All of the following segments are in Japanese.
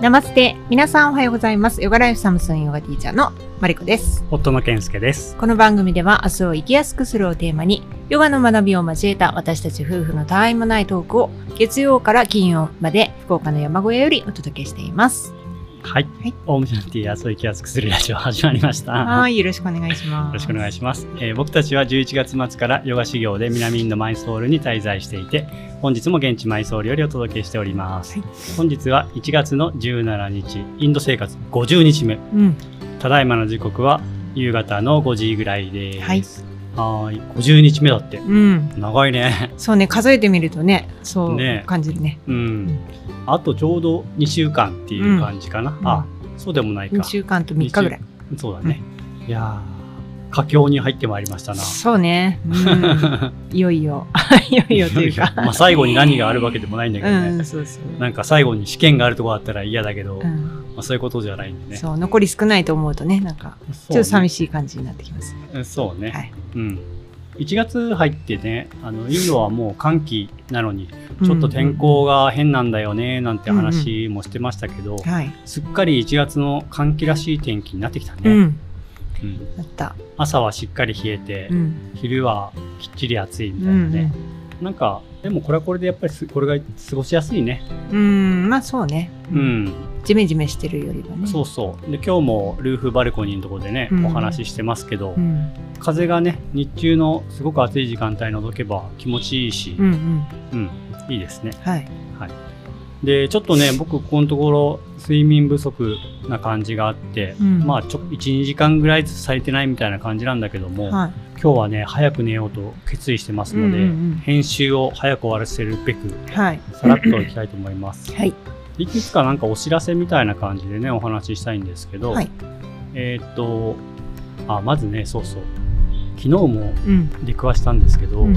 ナマステ。皆さんおはようございます。ヨガライフサムスンヨガティーチャーのマリコです。 夫の健介です。 この番組では明日を生きやすくするをテーマに、ヨガの学びを交えた私たち夫婦のたわいもないトークを月曜から金曜まで福岡の山小屋よりお届けしています。 はい。オウムシャンティ明日を生きやすくするラジオ始まりました。 はい。よろしくお願いします。 よろしくお願いします。僕たちは11月末からヨガ修行で南インドマイソールに滞在していて、本日も現地マイソールよりお届けしております。はい、本日は1月の17日、インド生活50日目。ただいまの時刻は夕方の5時ぐらいです。はい。50日目だって。長いね。 そうね、数えてみるとね、そう感じるね。 あとちょうど2週間っていう感じかな。そうでもないか。 2週間と3日ぐらい。 そうだね。いやー。佳境に入ってまいりましたな。 そうね。いよいよ。いよいよというか。 まあ最後に何があるわけでもないんだけどね。 そうそう。 なんか最後に試験があるとこあったら嫌だけど、そういうことじゃないんでね。 そう、残り少ないと思うとね、なんか、ちょっと寂しい感じになってきます。 そうね。1月入ってね、インドはもう寒気なのに、ちょっと天候が変なんだよね、なんて話もしてましたけど、すっかり1月の寒気らしい天気になってきたね。朝はしっかり冷えて、昼はきっちり暑いみたいなね。なんかでもこれはこれでやっぱりこれが過ごしやすいね。 まあそうね。ジメジメしてるよりはね。 そうそう。で今日もルーフバルコニーのところでね、お話ししてますけど、風がね日中のすごく暑い時間帯除けば気持ちいいし、いいですね。はい。でちょっとね僕ここのところ睡眠不足な感じがあって、まあ1,2 時間ぐらいずつされてないみたいな感じなんだけども、今日はね早く寝ようと決意してますので、編集を早く終わらせるべく、さらっといきたいと思います。いくつかなんかお知らせみたいな感じでねお話ししたいんですけど、まずねそうそう昨日も出くわしたんですけど、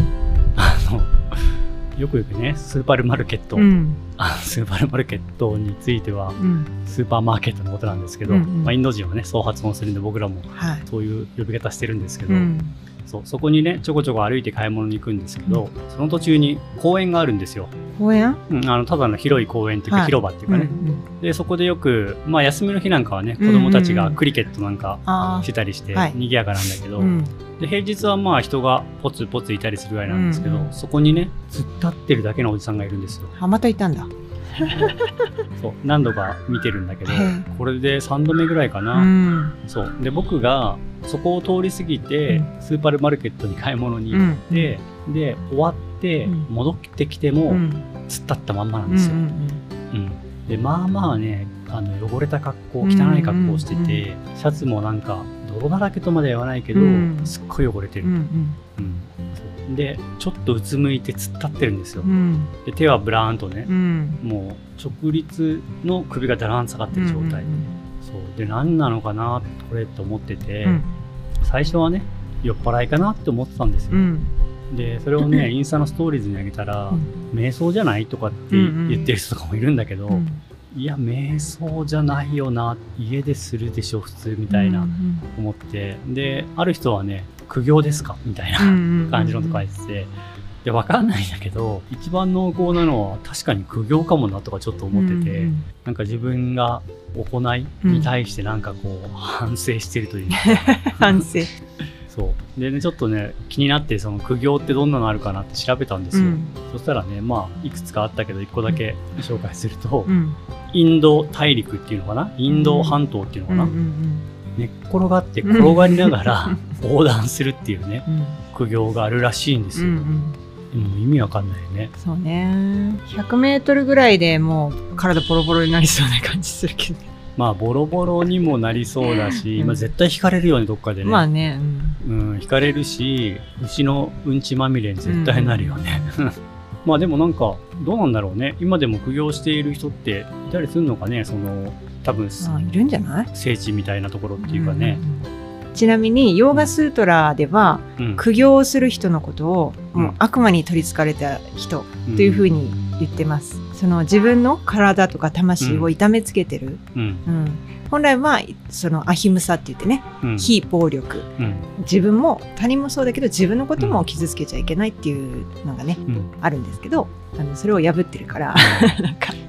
よくねスーパーマーケット、スーパーマーケットについては、スーパーマーケットのことなんですけど、インド人はねそう発音するんで僕らもそういう呼び方してるんですけど、そこにねちょこちょこ歩いて買い物に行くんですけど、その途中に公園があるんですよ。 公園？ ただの広い公園っていうか、広場っていうかね、でそこでよく、まあ、休みの日なんかはね子供たちがクリケットなんかしてたりして賑やかなんだけど、で平日はまあ人がポツポツいたりするぐらいなんですけど、そこにね突っ立ってるだけのおじさんがいるんですよ。 またいたんだ。 そう何度か見てるんだけど、これで3度目ぐらいかな。そうで僕がそこを通り過ぎて、スーパーマーケットに買い物に行って、で終わって戻ってきても、突っ立ったまんまなんですよ。でまあまあね汚れた格好汚い格好をしてて、シャツもなんか泥だらけとまでは言わないけど、すっごい汚れてる。でちょっとうつむいて突っ立ってるんですよ。で手はブラーンとね、もう直立の首がだらん下がってる状態。そうで何なのかなこれと思ってて、最初はね酔っ払いかなって思ってたんですよ。でそれをねインスタのストーリーズに上げたら、瞑想じゃないとかって言ってる人とかもいるんだけど、いや瞑想じゃないよな、家でするでしょ普通みたいな思って、である人はね苦行ですかみたいな感じのとか言ってて、で分かんないんだけど一番濃厚なのは確かに苦行かもなとかちょっと思ってて、なんか自分が行いに対してなんかこう反省してるというか反省そうでねちょっとね気になってその苦行ってどんなのあるかなって調べたんですよ。そしたらねまあいくつかあったけど1個だけ紹介すると、インド大陸っていうのかな、インド半島っていうのかな、寝っ転がって転がりながら横断するっていうね、苦行があるらしいんですよ。でも意味わかんないよね。 そうね。100メートルぐらいでもう体ボロボロになりそうな感じするけど。 まあボロボロにもなりそうだし、まあ絶対引かれるよねどっかでね。 まあね。 引かれるし、牛のうんちまみれに絶対なるよね。まあでもなんかどうなんだろうね。今でも苦行している人っていたりするのかね。その多分いるんじゃない？ 聖地みたいなところっていうかね。 ちなみにヨーガスートラでは、苦行をする人のことを、もう悪魔に取りつかれた人というふうに言ってます。その自分の体とか魂を痛めつけてる、本来はそのアヒムサって言ってね、非暴力、自分も他人もそうだけど自分のことも傷つけちゃいけないっていうのがね、あるんですけど、それを破ってるからなんか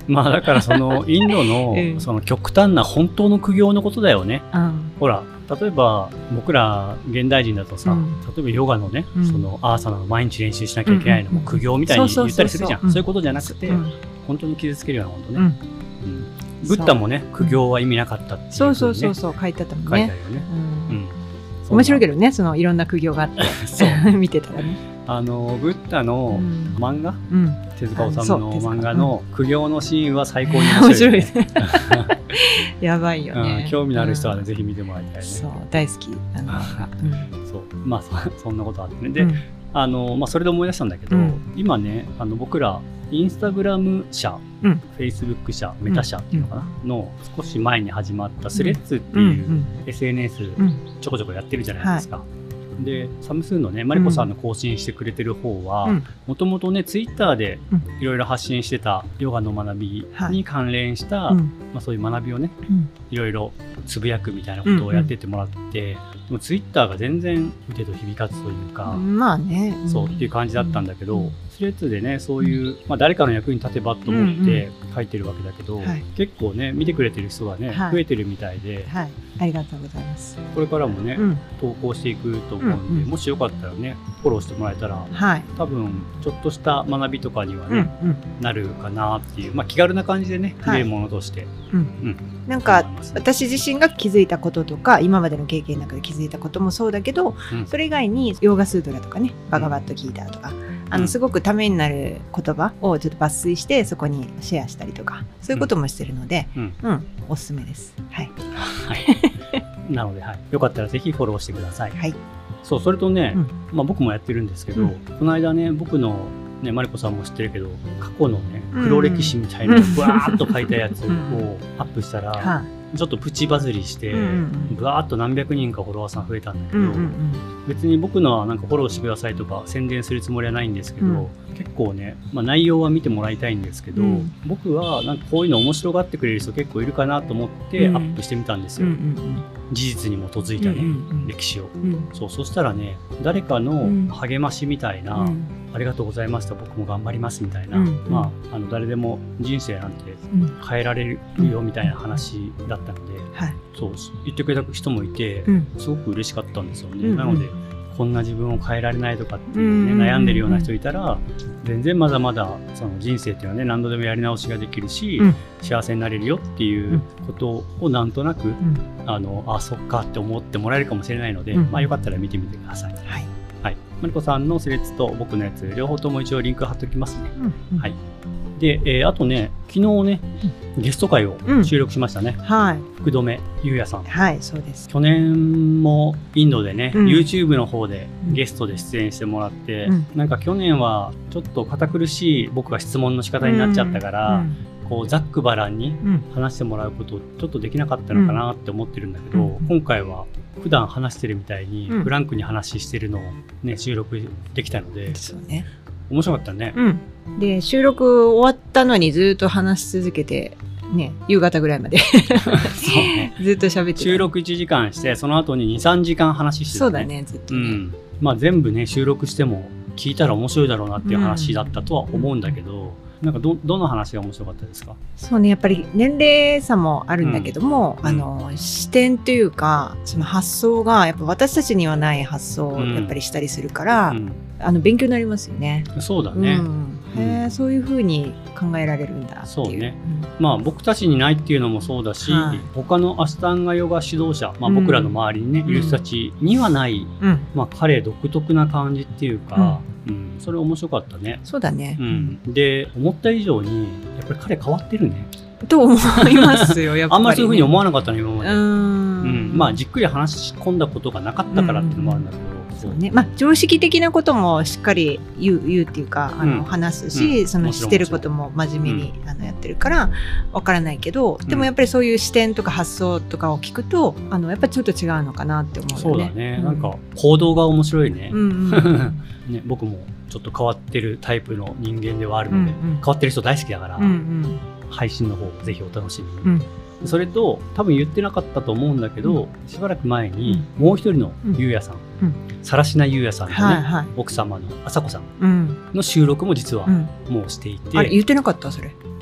まあだからそのインドのその極端な本当の苦行のことだよね。ほら例えば僕ら現代人だとさ、例えばヨガのね、そのアーサナの毎日練習しなきゃいけないのも苦行みたいに言ったりするじゃん。そういうことじゃなくて、本当に傷つけるようなことね。ブッダもね、苦行は意味なかったっていうふうにね、そう書いてあったもんね。 書いてあるよね。 面白いけどね、そのいろんな苦行があって見てたらね。 ブッダの漫画、手塚治虫の漫画の苦行のシーンは最高に面白いね。 やばいよね。 興味のある人はね、ぜひ見てもらいたいね。 そう、大好き漫画。 そう、まあそんなことあってね。で、それで思い出したんだけど、今ね、僕らインスタグラム社、フェイスブック社、メタ社っていうのかな、の少し前に始まったスレッズっていう SNS ちょこちょこやってるじゃないですか。でサムスンのねマリコさんの更新してくれてる方はもともとねツイッターでいろいろ発信してたヨガの学びに関連した、そういう学びをねいろいろつぶやくみたいなことをやっててもらって、でもツイッターが全然腕と響かずというか、 まあね、 そうっていう感じだったんだけど、スレッズでねそういう、誰かの役に立てばと思って書いてるわけだけど、結構ね見てくれてる人がね、増えてるみたいで、 ありがとうございます。 これからもね、投稿していくと思うんで、もしよかったらねフォローしてもらえたら、多分ちょっとした学びとかにはね、なるかなっていう、気軽な感じでね見れるものとして、 なんか私自身が気づいたこととか今までの経験の中で気づいたこともそうだけど、それ以外にヨーガスートラとかねバガバットギーターとかすごくためになる言葉をちょっと抜粋してそこにシェアしたりとかそういうこともしてるので、おすすめです。はい。 なので、よかったらぜひフォローしてください。 はい。 そう、それとね、僕もやってるんですけど、この間ね僕のねマリコさんも知ってるけど過去のね黒歴史みたいなのをブワーッと書いたやつをアップしたら、ちょっとプチバズりしてブワーッと何百人かフォロワーさん増えたんだけど、別に僕のはなんかフォローしてくださいとか宣伝するつもりはないんですけど、結構ね、内容は見てもらいたいんですけど、僕はなんかこういうの面白がってくれる人結構いるかなと思ってアップしてみたんですよ。事実に基づいたね、歴史を。そしたらね誰かの励ましみたいな、ありがとうございました僕も頑張りますみたいな、誰でも人生なんて変えられるよみたいな話だったので、そう言ってくれた人もいて、すごく嬉しかったんですよね。なのでこんな自分を変えられないとかっていう、悩んでるような人いたら全然まだまだその人生っていうのはね何度でもやり直しができるし、幸せになれるよっていうことをなんとなく、そっかって思ってもらえるかもしれないので、よかったら見てみてください。マリコさんのスレッズと僕のやつ両方とも一応リンク貼っておきますね。で、あとね昨日ねゲスト会を収録しましたね。福留優也さん。 そうです。 去年もインドでね、YouTube の方でゲストで出演してもらって、なんか去年はちょっと堅苦しい僕が質問の仕方になっちゃったから、こうざっくばらんに話してもらうことをちょっとできなかったのかなって思ってるんだけど、今回は普段話してるみたいにフランクに話してるのをね収録できたので、面白かったね。 で収録終わったのにずっと話し続けてね、夕方ぐらいまでずっと喋ってた。 収録1時間してその後に 2,3 時間話してたね。 そうだね、ずっとね。 全部ね収録しても聞いたら面白いだろうなっていう話だったとは思うんだけど、なんかどの話が面白かったですか？ そうね、やっぱり年齢差もあるんだけども、視点というかその発想がやっぱ私たちにはない発想をやっぱりしたりするから、勉強になりますよね。 そうだね。 そういう風に考えられるんだっていう。 そうね。僕たちにないっていうのもそうだし、他のアシュタンガヨガ指導者、僕らの周りにねいる人たちにはない、彼独特な感じっていうか、それ面白かったね。 そうだね。 で思った以上にやっぱり彼変わってるね。 と思いますよ。やっぱりね。 あんまりそういう風に思わなかったの今まで。じっくり話し込んだことがなかったからっていうのもあるんだけど。 そうね、常識的なこともしっかり言うっていうか話すし、そのしてることも真面目にやってるからわからないけど、でもやっぱりそういう視点とか発想とかを聞くとやっぱりちょっと違うのかなって思うよね。 そうだね。なんか行動が面白いね。ね、僕もちょっと変わってるタイプの人間ではあるので、変わってる人大好きだから、配信の方ぜひお楽しみに。それと多分言ってなかったと思うんだけど、しばらく前にもう一人の優也さん、更科優也さんとね、奥様の朝子さんの収録も実はもうしていて、 言ってなかったそれ。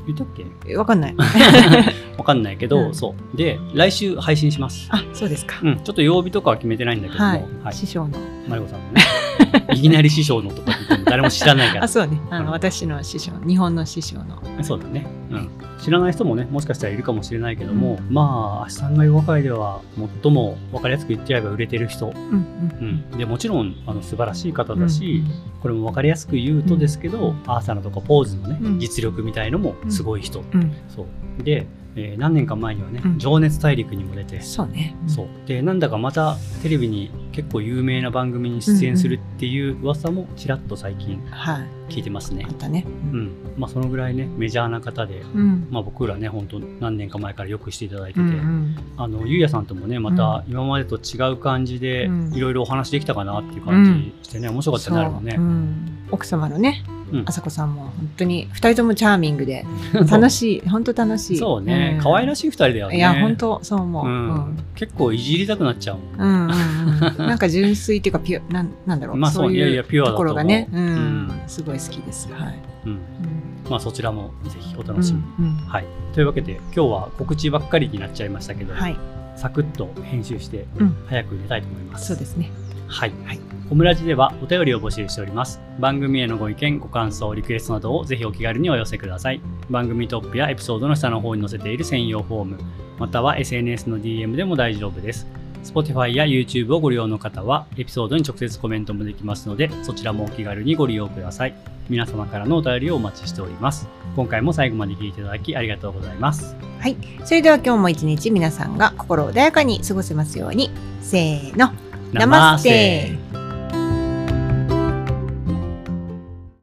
言ったっけ？ わかんない。 わかんないけど、そうで来週配信します。 あ、そうですか。 ちょっと曜日とかは決めてないんだけども、 師匠のマリコさんのね、いきなり師匠のとか言っても誰も知らないから。 あ、そうね。私の師匠、日本の師匠の。 そうだね。知らない人もね、もしかしたらいるかもしれないけども、まあ、足さんがヨガ界では最も分かりやすく言っちゃえば売れてる人。でもちろん素晴らしい方だし、これも分かりやすく言うとですけど、アーサナとかポーズのね、実力みたいのもすごい人。そうで、何年か前にはね、情熱大陸にも出て、 そうね。そうで、なんだかまたテレビに結構有名な番組に出演するっていう噂もちらっと最近聞いてますね。 あったね。 まあそのぐらいねメジャーな方で、まあ僕らね本当何年か前からよくしていただいてて、ゆうやさんともねまた今までと違う感じでいろいろお話できたかなっていう感じしてね、面白かったねあれもね。 奥様のね、朝子さんも本当に2人ともチャーミングで楽しい、本当楽しい。 そうね、可愛らしい2人だよね。 いや本当そう思う。 結構いじりたくなっちゃうもん。 なんか純粋っていうかピュなんだろう。 まあそういうところがね、すごい好きです。はい。 まあそちらもぜひお楽しみに。はい。というわけで今日は告知ばっかりになっちゃいましたけど、サクッと編集して早く寝たいと思います。 そうですね。 はい。コムラジではお便りを募集しております。番組へのご意見、ご感想、リクエストなどをぜひお気軽にお寄せください。番組トップやエピソードの下の方に載せている専用フォーム、または SNS の DM でも大丈夫です。Spotify や YouTube をご利用の方はエピソードに直接コメントもできますので、そちらもお気軽にご利用ください。皆様からのお便りをお待ちしております。今回も最後まで聞いていただきありがとうございます。 はい。それでは今日も一日皆さんが心穏やかに過ごせますように。せーの。ナマステ。